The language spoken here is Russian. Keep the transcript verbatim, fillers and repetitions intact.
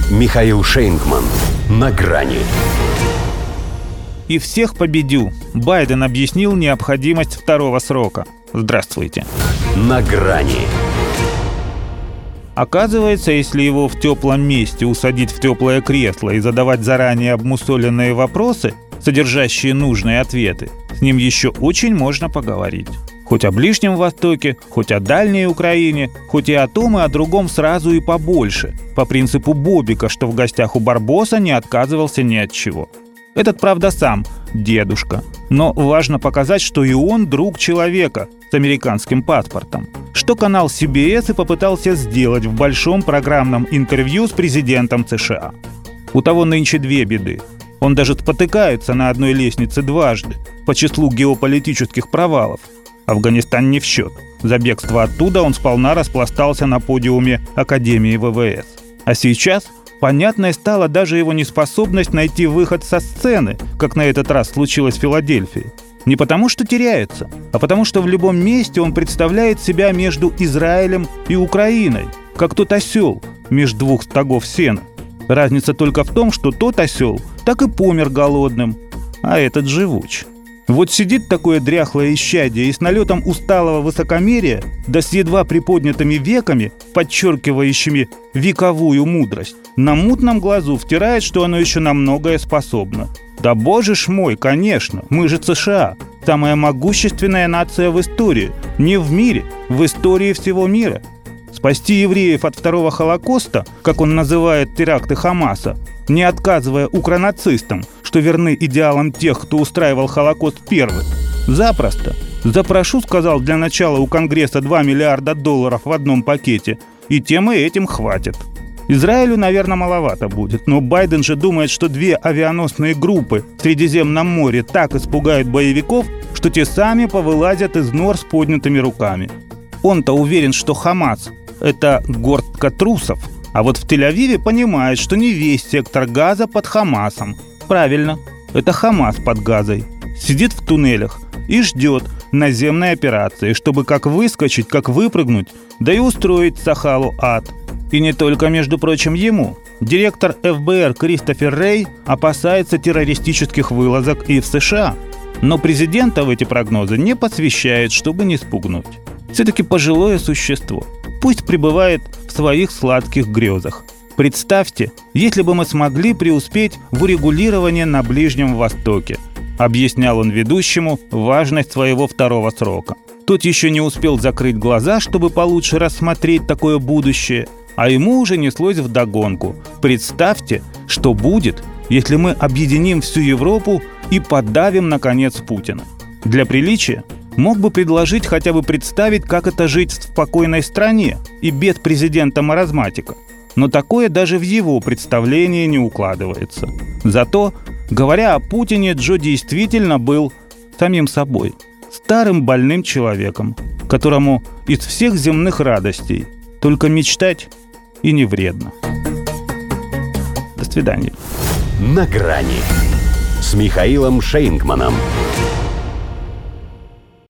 Михаил Шейнгман. На грани. И всех победю. Байден объяснил необходимость второго срока. Здравствуйте. На грани. Оказывается, если его в теплом месте усадить в теплое кресло и задавать заранее обмусоленные вопросы, содержащие нужные ответы, с ним еще очень можно поговорить. Хоть о Ближнем Востоке, хоть о Дальней Украине, хоть и о том, и о другом сразу и побольше, по принципу Бобика, что в гостях у Барбоса не отказывался ни от чего. Этот, правда, сам дедушка. Но важно показать, что и он друг человека с американским паспортом. Что канал си би эс и попытался сделать в большом программном интервью с президентом США. У того нынче две беды. Он даже спотыкается на одной лестнице дважды по числу геополитических провалов. Афганистан не в счет. За бегство оттуда он сполна распластался на подиуме Академии вэ вэ эс. А сейчас понятной стала даже его неспособность найти выход со сцены, как на этот раз случилось в Филадельфии. Не потому что теряется, а потому что в любом месте он представляет себя между Израилем и Украиной, как тот осел между двух стогов сена. Разница только в том, что тот осел так и помер голодным, а этот живуч. Вот сидит такое дряхлое исчадие и с налетом усталого высокомерия, да с едва приподнятыми веками, подчеркивающими вековую мудрость, на мутном глазу втирает, что оно еще на многое способно. Да боже ж мой, конечно, мы же США, самая могущественная нация в истории, не в мире, в истории всего мира. Спасти евреев от второго Холокоста, как он называет теракты Хамаса, не отказывая укронацистам, что верны идеалам тех, кто устраивал Холокост первый. Запросто. Запрошу, сказал, для начала у Конгресса два миллиарда долларов в одном пакете, и тем и этим хватит. Израилю, наверное, маловато будет, но Байден же думает, что две авианосные группы в Средиземном море так испугают боевиков, что те сами повылазят из нор с поднятыми руками. Он-то уверен, что Хамас – это горстка трусов, а вот в Тель-Авиве понимает, что не весь сектор Газа под Хамасом. Правильно, это Хамас под Газой. Сидит в туннелях и ждет наземной операции, чтобы как выскочить, как выпрыгнуть, да и устроить Сахалу ад. И не только, между прочим, ему. Директор эф бэ эр Кристофер Рей опасается террористических вылазок и в США. Но президента в эти прогнозы не посвящает, чтобы не спугнуть. Все-таки пожилое существо. Пусть пребывает в своих сладких грезах. Представьте, если бы мы смогли преуспеть в урегулировании на Ближнем Востоке, объяснял он ведущему важность своего второго срока. Тот еще не успел закрыть глаза, чтобы получше рассмотреть такое будущее, а ему уже неслось вдогонку. Представьте, что будет, если мы объединим всю Европу и подавим, наконец, Путина. Для приличия мог бы предложить хотя бы представить, как это жить в спокойной стране и без президента-маразматика. Но такое даже в его представлении не укладывается. Зато, говоря о Путине, Джо действительно был самим собой. Старым больным человеком, которому из всех земных радостей только мечтать и не вредно. До свидания. На грани с Михаилом Шейнгманом.